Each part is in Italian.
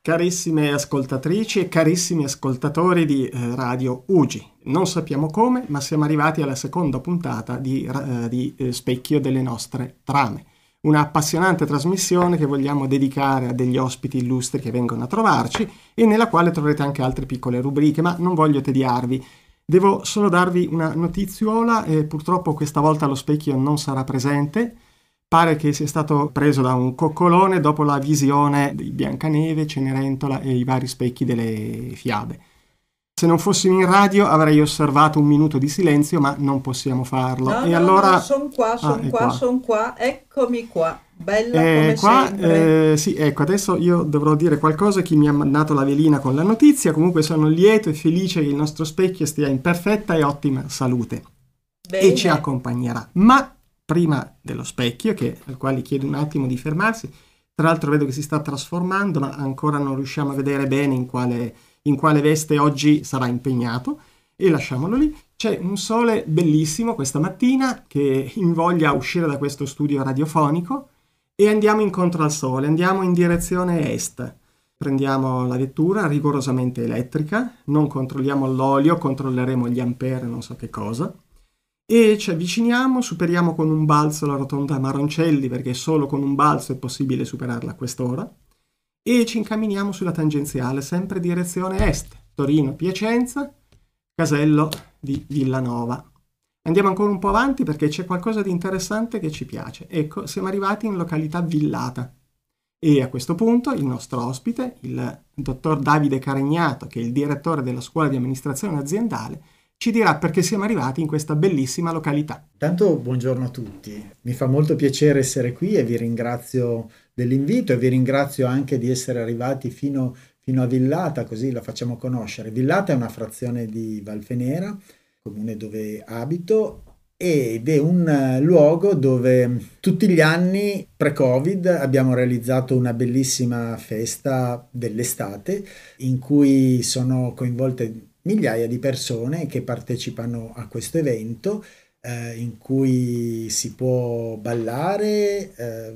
Carissime ascoltatrici e carissimi ascoltatori di Radio UGI, non sappiamo come, ma siamo arrivati alla seconda puntata di Specchio delle nostre trame, una appassionante trasmissione che vogliamo dedicare a degli ospiti illustri che vengono a trovarci e nella quale troverete anche altre piccole rubriche, ma non voglio tediarvi. Devo solo darvi una notiziola, purtroppo questa volta lo Specchio non sarà presente. Pare che sia stato preso da un coccolone dopo la visione di Biancaneve, Cenerentola e i vari specchi delle fiabe. Se non fossimo in radio avrei osservato un minuto di silenzio, ma non possiamo farlo. No, e allora no, sono qua, eccomi qua, bella come qua, sempre. sì, ecco, adesso io dovrò dire qualcosa a chi mi ha mandato la velina con la notizia. Comunque sono lieto e felice che il nostro specchio stia in perfetta e ottima salute. Bene. E ci accompagnerà. Ma prima dello specchio, al quale chiedo un attimo di fermarsi, tra l'altro vedo che si sta trasformando, ma ancora non riusciamo a vedere bene in quale veste oggi sarà impegnato, e lasciamolo lì. C'è un sole bellissimo questa mattina che invoglia a uscire da questo studio radiofonico e andiamo incontro al sole, andiamo in direzione est. Prendiamo la vettura rigorosamente elettrica, non controlliamo l'olio, controlleremo gli ampere, non so che cosa. E ci avviciniamo, superiamo con un balzo la rotonda Maroncelli, perché solo con un balzo è possibile superarla a quest'ora, e ci incamminiamo sulla tangenziale, sempre direzione est, Torino-Piacenza, casello di Villanova. Andiamo ancora un po' avanti perché c'è qualcosa di interessante che ci piace. Ecco, siamo arrivati in località Villata. E a questo punto il nostro ospite, il dottor Davide Caregnato, che è il direttore della scuola di amministrazione aziendale, ci dirà perché siamo arrivati in questa bellissima località. Intanto buongiorno a tutti, mi fa molto piacere essere qui e vi ringrazio dell'invito e vi ringrazio anche di essere arrivati fino a Villata, così la facciamo conoscere. Villata è una frazione di Valfenera, comune dove abito, ed è un luogo dove tutti gli anni pre-Covid abbiamo realizzato una bellissima festa dell'estate in cui sono coinvolte migliaia di persone che partecipano a questo evento in cui si può ballare,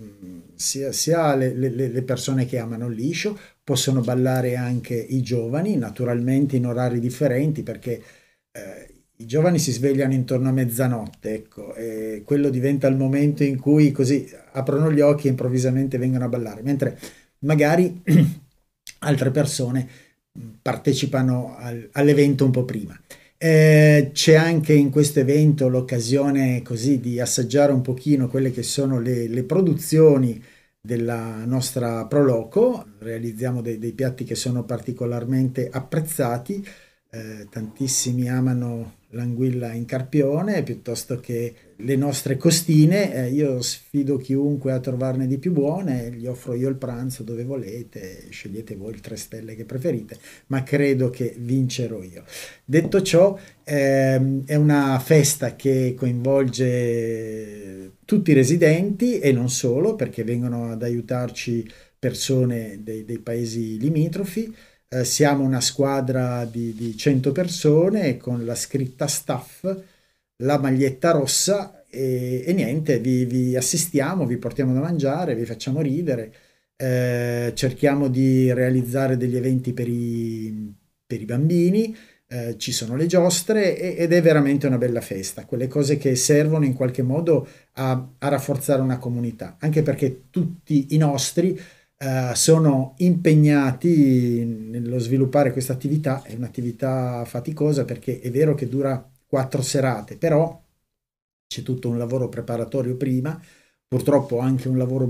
sia le persone che amano il liscio, possono ballare anche i giovani, naturalmente in orari differenti perché i giovani si svegliano intorno a mezzanotte, ecco, e quello diventa il momento in cui così aprono gli occhi e improvvisamente vengono a ballare, mentre magari altre persone partecipano all'evento un po' prima. C'è anche in questo evento l'occasione così di assaggiare un pochino quelle che sono le produzioni della nostra Proloco. Realizziamo dei piatti che sono particolarmente apprezzati, tantissimi amano l'anguilla in carpione piuttosto che le nostre costine. Io sfido chiunque a trovarne di più buone, gli offro io il pranzo dove volete, scegliete voi il 3 stelle che preferite, ma credo che vincerò io. Detto ciò, è una festa che coinvolge tutti i residenti e non solo, perché vengono ad aiutarci persone dei paesi limitrofi. Siamo una squadra di 100 persone con la scritta staff, la maglietta rossa e niente, vi assistiamo, vi portiamo da mangiare, vi facciamo ridere, cerchiamo di realizzare degli eventi per i bambini, ci sono le giostre ed è veramente una bella festa, quelle cose che servono in qualche modo a rafforzare una comunità, anche perché tutti i nostri sono impegnati nello sviluppare questa attività. È un'attività faticosa perché è vero che dura 4 serate, però c'è tutto un lavoro preparatorio prima, purtroppo anche un lavoro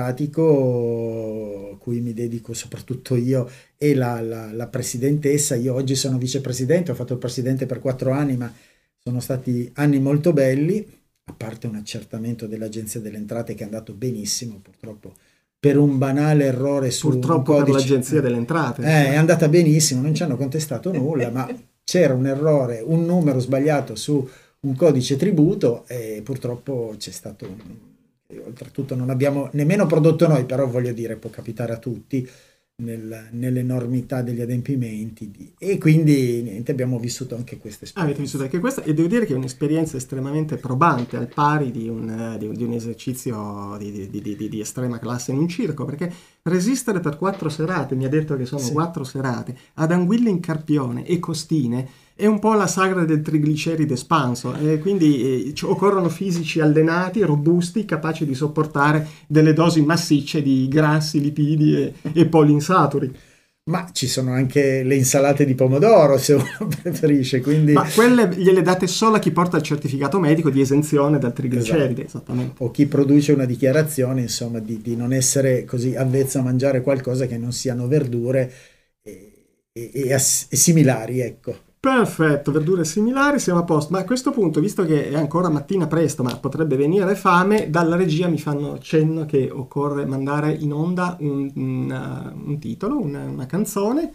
burocratico cui mi dedico soprattutto io e la presidentessa. Io oggi sono vicepresidente, ho fatto il presidente per 4 anni, ma sono stati anni molto belli, a parte un accertamento dell'Agenzia delle Entrate che è andato benissimo, purtroppo per un banale errore su purtroppo un codice, per l'Agenzia delle Entrate è andata benissimo, non ci hanno contestato nulla, ma c'era un errore, un numero sbagliato su un codice tributo e purtroppo c'è stato oltretutto non abbiamo nemmeno prodotto noi, però voglio dire può capitare a tutti, nell'enormità degli adempimenti e quindi niente, abbiamo vissuto anche questa esperienza. Avete vissuto anche questa e devo dire che è un'esperienza estremamente probante, al pari di un esercizio di estrema classe in un circo, perché resistere per 4 serate, mi ha detto che sono 4 serate, ad anguille in carpione e costine è un po' la sagra del trigliceride espanso, e quindi occorrono fisici allenati, robusti, capaci di sopportare delle dosi massicce di grassi, lipidi e poliinsaturi. Ma ci sono anche le insalate di pomodoro, se uno preferisce, quindi... Ma quelle gliele date solo a chi porta il certificato medico di esenzione dal trigliceride, esatto. Esattamente. O chi produce una dichiarazione, insomma, di non essere così avvezzo a mangiare qualcosa che non siano verdure e similari, ecco. Perfetto, verdure similari, siamo a posto. Ma a questo punto, visto che è ancora mattina presto, ma potrebbe venire fame, dalla regia mi fanno cenno che occorre mandare in onda un titolo, una canzone.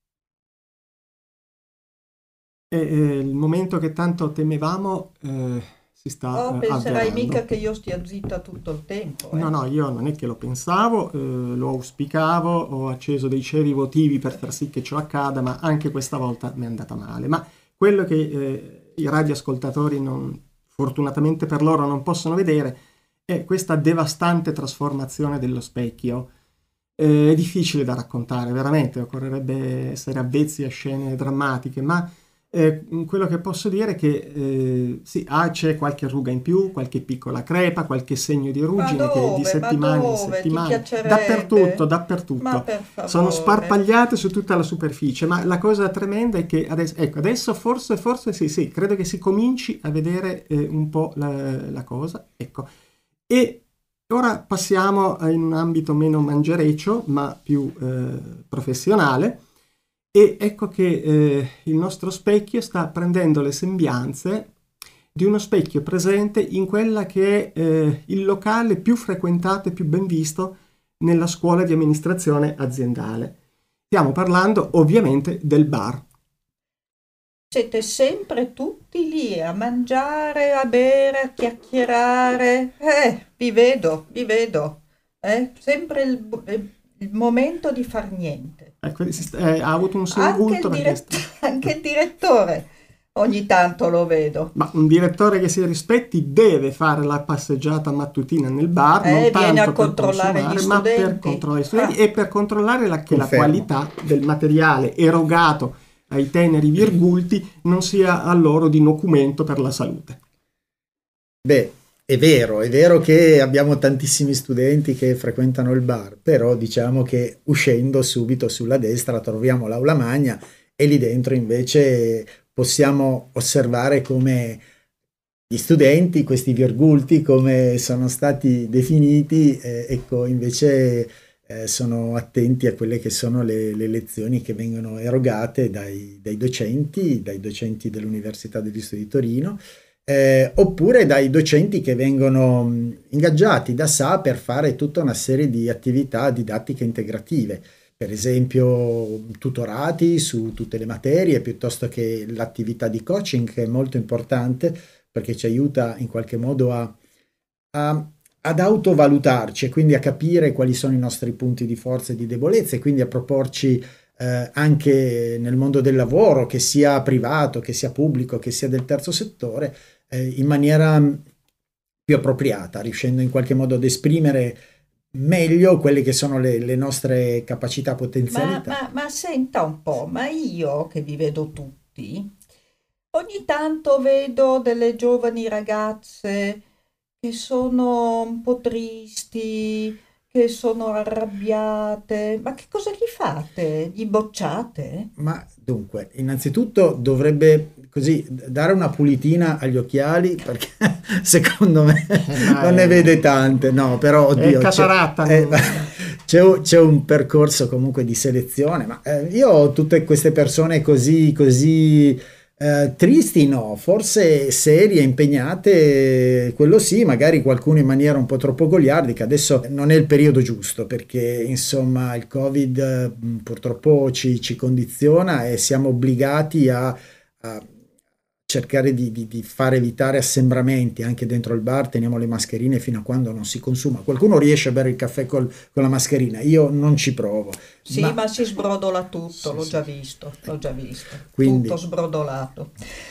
E il momento che tanto temevamo si sta penserai avverando. mica che io stia zitta tutto il tempo. No, io non è che lo pensavo, lo auspicavo, ho acceso dei ceri votivi per far sì che ciò accada, ma anche questa volta mi è andata male. Ma quello che i radioascoltatori fortunatamente per loro non possono vedere è questa devastante trasformazione dello specchio. È difficile da raccontare, veramente, occorrerebbe essere avvezzi a scene drammatiche, ma quello che posso dire è che sì, c'è qualche ruga in più, qualche piccola crepa, qualche segno di ruggine che di settimane in settimane, dappertutto, Ma per favore. sono sparpagliate su tutta la superficie, ma la cosa tremenda è che adesso forse sì, credo che si cominci a vedere un po' la cosa, ecco. E ora passiamo in un ambito meno mangereccio, ma più professionale. E ecco che il nostro specchio sta prendendo le sembianze di uno specchio presente in quella che è il locale più frequentato e più ben visto nella scuola di amministrazione aziendale. Stiamo parlando ovviamente del bar. Siete sempre tutti lì a mangiare, a bere, a chiacchierare. Vi vedo. Sempre il momento di far niente. Ha avuto un sussulto anche il direttore ogni tanto lo vedo. Ma un direttore che si rispetti deve fare la passeggiata mattutina nel bar, non tanto viene a per controllare gli consumare, ma per controllare gli studenti e per controllare che la qualità del materiale erogato ai teneri virgulti non sia a loro di nocumento per la salute. Beh, è vero che abbiamo tantissimi studenti che frequentano il bar, però diciamo che uscendo subito sulla destra troviamo l'aula magna e lì dentro invece possiamo osservare come gli studenti, questi virgulti come sono stati definiti, ecco invece sono attenti a quelle che sono le lezioni che vengono erogate dai docenti dell'Università degli Studi di Torino. Oppure dai docenti che vengono ingaggiati da SA per fare tutta una serie di attività didattiche integrative, per esempio tutorati su tutte le materie, piuttosto che l'attività di coaching, che è molto importante perché ci aiuta in qualche modo ad autovalutarci e quindi a capire quali sono i nostri punti di forza e di debolezza e quindi a proporci anche nel mondo del lavoro, che sia privato, che sia pubblico, che sia del terzo settore, in maniera più appropriata, riuscendo in qualche modo ad esprimere meglio quelle che sono le nostre capacità, potenzialità. Ma senta un po', ma io che vi vedo tutti, ogni tanto vedo delle giovani ragazze che sono un po' tristi, che sono arrabbiate. Ma che cosa gli fate? Gli bocciate? Ma dunque, innanzitutto dovrebbe così dare una pulitina agli occhiali, perché secondo me non ne vede tante, no, però oddio, cataratta. C'è un percorso comunque di selezione, ma io ho tutte queste persone così tristi, no, forse serie, impegnate, quello sì, magari qualcuno in maniera un po' troppo goliardica. Adesso non è il periodo giusto perché insomma il Covid purtroppo ci condiziona e siamo obbligati a cercare di far evitare assembramenti anche dentro il bar, teniamo le mascherine fino a quando non si consuma. Qualcuno riesce a bere il caffè con la mascherina, io non ci provo. Sì, ma si sbrodola tutto, Sì, l'ho sì. già visto, Quindi, tutto sbrodolato.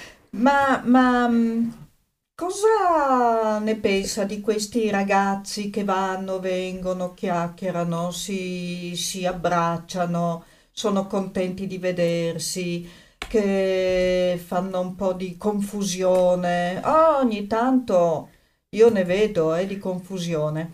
Ma cosa ne pensa di questi ragazzi che vanno, vengono, chiacchierano, si abbracciano, sono contenti di vedersi, che fanno un po' di confusione? Ogni tanto io ne vedo, di confusione,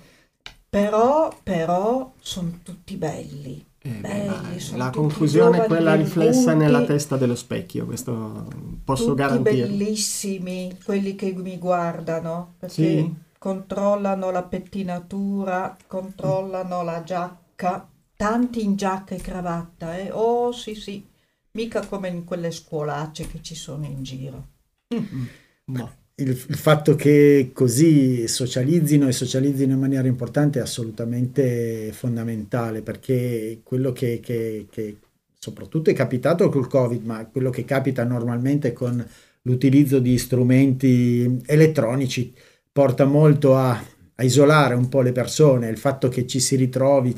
però sono tutti belli. Ma Belli, sono la tutti confusione è giovani, quella riflessa nella rimputi, testa dello specchio, questo posso tutti garantirlo. bellissimi, quelli che mi guardano, perché Sì? controllano la pettinatura, controllano la giacca, tanti in giacca e cravatta, eh? Oh sì sì, mica come in quelle scuolacce che ci sono in giro. No. il fatto che così socializzino e socializzino in maniera importante è assolutamente fondamentale, perché quello che soprattutto è capitato col Covid, ma quello che capita normalmente con l'utilizzo di strumenti elettronici porta molto a isolare un po' le persone. Il fatto che ci si ritrovi,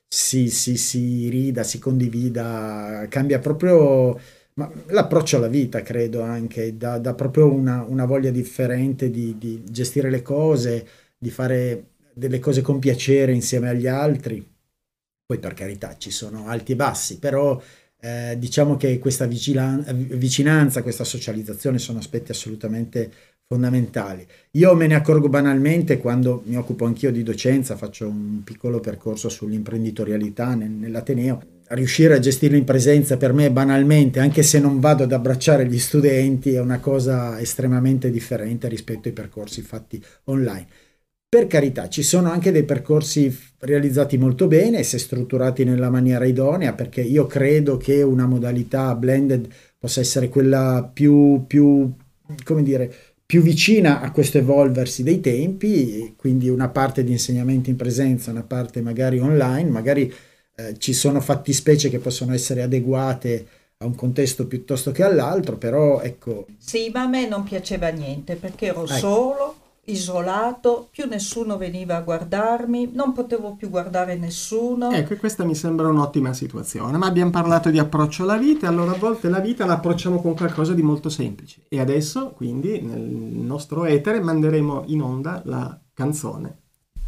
si rida, si condivida, cambia proprio, ma l'approccio alla vita, credo, anche, dà proprio una voglia differente di gestire le cose, di fare delle cose con piacere insieme agli altri. Poi per carità ci sono alti e bassi, però diciamo che questa vicinanza, questa socializzazione sono aspetti assolutamente fondamentali. Io me ne accorgo banalmente quando mi occupo anch'io di docenza, faccio un piccolo percorso sull'imprenditorialità nell'Ateneo. Riuscire a gestirlo in presenza per me banalmente, anche se non vado ad abbracciare gli studenti, è una cosa estremamente differente rispetto ai percorsi fatti online. Per carità, ci sono anche dei percorsi realizzati molto bene, se strutturati nella maniera idonea, perché io credo che una modalità blended possa essere quella come dire, più vicina a questo evolversi dei tempi, quindi una parte di insegnamento in presenza, una parte magari online, magari ci sono fattispecie che possono essere adeguate a un contesto piuttosto che all'altro, però ecco. Sì, ma a me non piaceva niente perché ero Ecco. solo, isolato, più nessuno veniva a guardarmi, non potevo più guardare nessuno. Ecco, e questa mi sembra un'ottima situazione, ma abbiamo parlato di approccio alla vita, allora a volte la vita la approcciamo con qualcosa di molto semplice. E adesso, quindi, nel nostro etere manderemo in onda la canzone.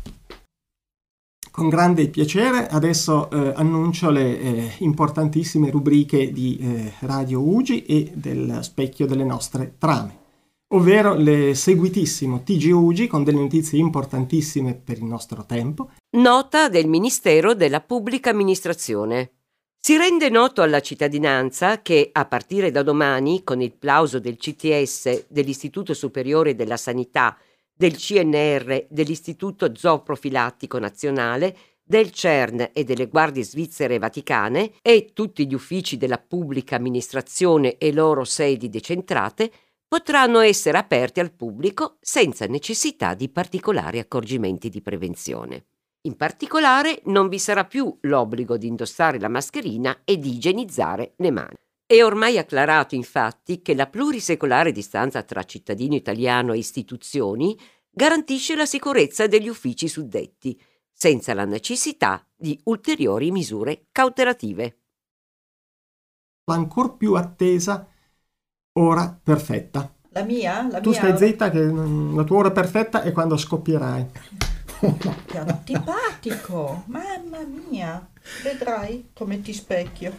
Con grande piacere adesso annuncio le importantissime rubriche di Radio UGI e del specchio delle nostre trame, ovvero le seguitissimo TG UGI con delle notizie importantissime per il nostro tempo. Nota del Ministero della Pubblica Amministrazione. Si rende noto alla cittadinanza che a partire da domani, con il plauso del CTS, dell'Istituto Superiore della Sanità, del CNR, dell'Istituto Zooprofilattico Nazionale, del CERN e delle Guardie Svizzere e Vaticane e tutti gli uffici della pubblica amministrazione e loro sedi decentrate potranno essere aperti al pubblico senza necessità di particolari accorgimenti di prevenzione. In particolare non vi sarà più l'obbligo di indossare la mascherina e di igienizzare le mani. È ormai acclarato infatti che la plurisecolare distanza tra cittadino italiano e istituzioni garantisce la sicurezza degli uffici suddetti, senza la necessità di ulteriori misure cautelative. L'ancor più attesa ora perfetta. La mia? La Tu mia stai ora- zitta che la tua ora perfetta è quando scoppierai. Che antipatico, mamma mia, vedrai come ti specchio.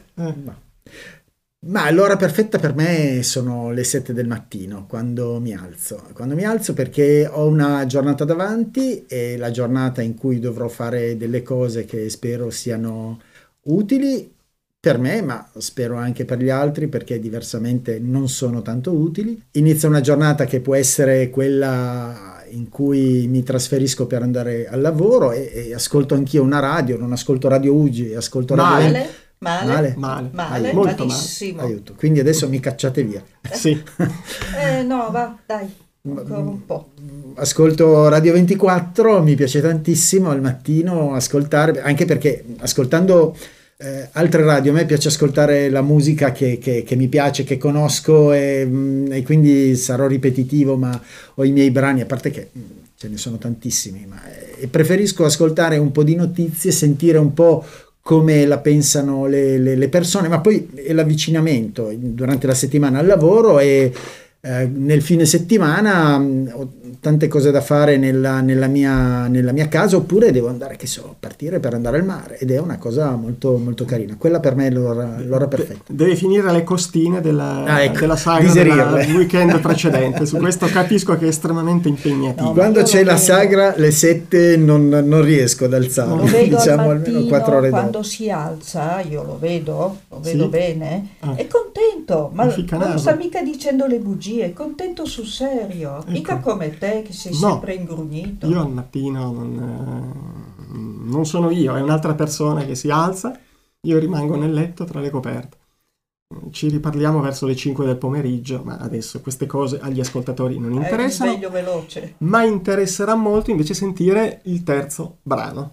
Ma l'ora perfetta per me sono le 7 del mattino, quando mi alzo. Quando mi alzo perché ho una giornata davanti e la giornata in cui dovrò fare delle cose che spero siano utili per me, ma spero anche per gli altri, perché diversamente non sono tanto utili. Inizia una giornata che può essere quella in cui mi trasferisco per andare al lavoro e ascolto anch'io una radio, non ascolto Radio UGI, ascolto Radio Male? Male, molto malissimo. Aiuto. Quindi adesso mi cacciate via. Sì. No, va, dai, ancora un po'. Ascolto Radio 24, mi piace tantissimo al mattino ascoltare, anche perché ascoltando Altre radio, a me piace ascoltare la musica che mi piace, che conosco e quindi sarò ripetitivo, ma ho i miei brani, a parte che ce ne sono tantissimi, ma preferisco ascoltare un po' di notizie, sentire un po' come la pensano le persone, ma poi l'avvicinamento durante la settimana al lavoro e nel fine settimana ho tante cose da fare nella mia casa, oppure devo andare, partire per andare al mare, ed è una cosa molto, molto carina. Quella per me è l'ora perfetta. Deve finire le costine della sagra diserirle. del weekend precedente. Su questo capisco che è estremamente impegnativo. No, Quando c'è la sagra, le 7 non riesco ad alzare, Lo vedo diciamo al almeno mattino 4 ore quando dopo. si alza, io lo vedo Sì? bene, Ah. è contento, ma Un ficcanaso. non sta mica dicendo le bugie, è contento sul serio, mica come te che sei No, sempre ingrugnito. Io al mattino non sono io, è un'altra persona che si alza, io rimango nel letto tra le coperte. Ci riparliamo verso le 5 del pomeriggio, ma adesso queste cose agli ascoltatori non È un interessano, sveglio veloce. ma interesserà molto invece sentire il terzo brano.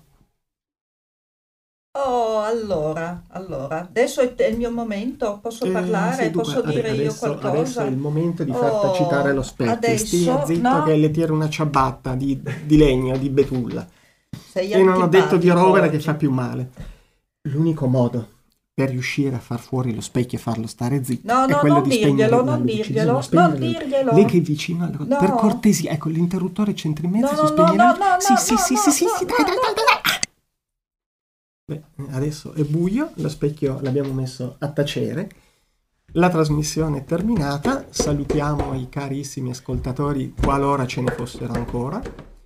Oh, allora, adesso è il mio momento, posso parlare, Sì, dunque, posso dire io adesso è qualcosa? il momento di farti citare lo specchio. Adesso, Stia zitto no. che le tiro una ciabatta di legno, di betulla. Sei E non ho detto di antipatico rovere che oggi. fa più male. L'unico modo per riuscire a far fuori lo specchio e farlo stare zitto No, è no, quello non di spegnere dirglielo, la non luce. dirglielo, Bisogna spegnere non la luce. dirglielo. Lei che è vicino alla No. per cortesia, ecco l'interruttore c'entra in mezzo, No, si no, spegne no, la no, luce. no, Sì, no, sì, no, sì, no, sì, sì, no, sì, no, dai, dai, no, dai, dai. Beh, adesso è buio, lo specchio l'abbiamo messo a tacere. La trasmissione è terminata, salutiamo i carissimi ascoltatori qualora ce ne fossero ancora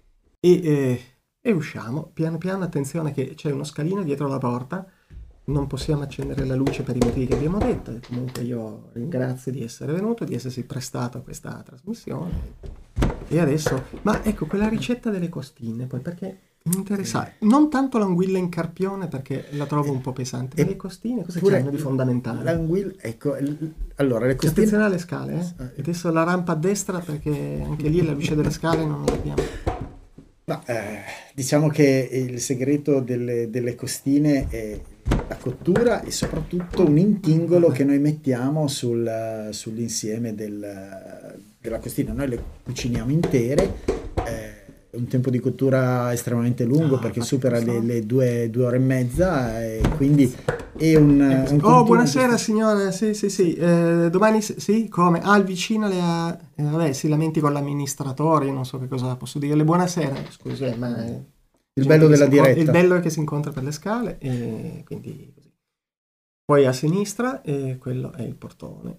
e usciamo piano piano. Attenzione che c'è uno scalino dietro la porta, non possiamo accendere la luce per i motivi che abbiamo detto, e comunque io ringrazio di essere venuto, di essersi prestato a questa trasmissione. E adesso, ma ecco quella ricetta delle costine, poi perché mi interessa non tanto l'anguilla in carpione perché la trovo un po' pesante, ma le costine cosa Pure c'hanno di fondamentale? l'anguilla, ecco, allora le C'è attenzione costine, alle scale, eh? Adesso la rampa a destra perché anche lì la luce delle scale non l'abbiamo. ma, diciamo che il segreto delle costine è la cottura e soprattutto un intingolo che noi mettiamo sull'insieme della costina. Noi le cuciniamo intere, un tempo di cottura estremamente lungo perché supera le 2 ore e mezza, e quindi è un continuo Buonasera gestire. signora, sì. Domani sì, come? Il vicino vabbè, si lamenti con l'amministratore, io non so che cosa posso dirle. Buonasera, scusi, ma Il bello della diretta. il bello è che si incontra per le scale e quindi così. Poi a sinistra e quello è il portone.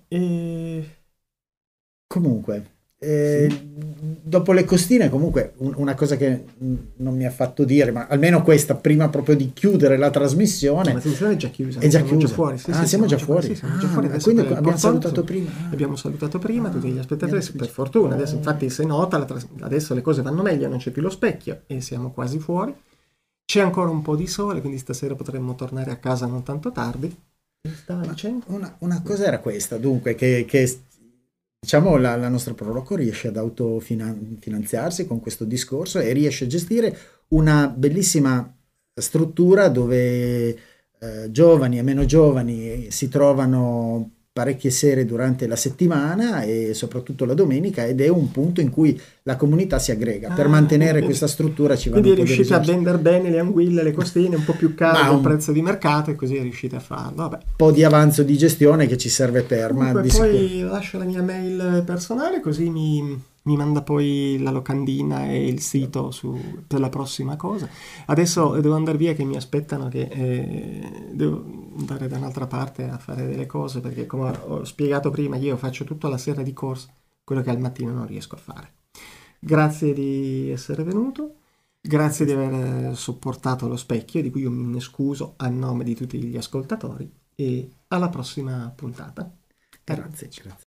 Comunque, Sì. dopo le costine, comunque una cosa che non mi ha fatto dire, ma almeno questa, prima proprio di chiudere la trasmissione, La trasmissione è già chiusa. è già siamo chiusa. fuori. Sì, Siamo già fuori. Sì, siamo già fuori. Adesso Quindi per il abbiamo portone, salutato prima. Abbiamo salutato prima tutti gli spettatori, niente, per fortuna. Adesso infatti se nota, adesso le cose vanno meglio, non c'è più lo specchio e siamo quasi fuori. C'è ancora un po' di sole, quindi stasera potremmo tornare a casa non tanto tardi. Stava dicendo? Una cosa era questa, dunque, che diciamo la nostra Proloco riesce ad autofinanziarsi con questo discorso e riesce a gestire una bellissima struttura dove giovani e meno giovani si trovano parecchie sere durante la settimana e soprattutto la domenica, ed è un punto in cui la comunità si aggrega. Per mantenere quindi- questa struttura ci vanno Quindi un po' di riuscite a risorse. vendere bene le anguille, le costine, un po' più care Ma del un- prezzo di mercato e così riuscite a farlo. Vabbè. Un po' di avanzo di gestione che ci serve per, ma Comunque di sicuro. poi lascio la mia mail personale così mi manda poi la locandina e il sito per la prossima cosa. Adesso devo andare via che mi aspettano che devo andare da un'altra parte a fare delle cose perché come ho spiegato prima io faccio tutto alla sera di corsa, quello che al mattino non riesco a fare. Grazie di essere venuto. Grazie di aver sopportato lo specchio, di cui io mi scuso a nome di tutti gli ascoltatori, e alla prossima puntata. Grazie.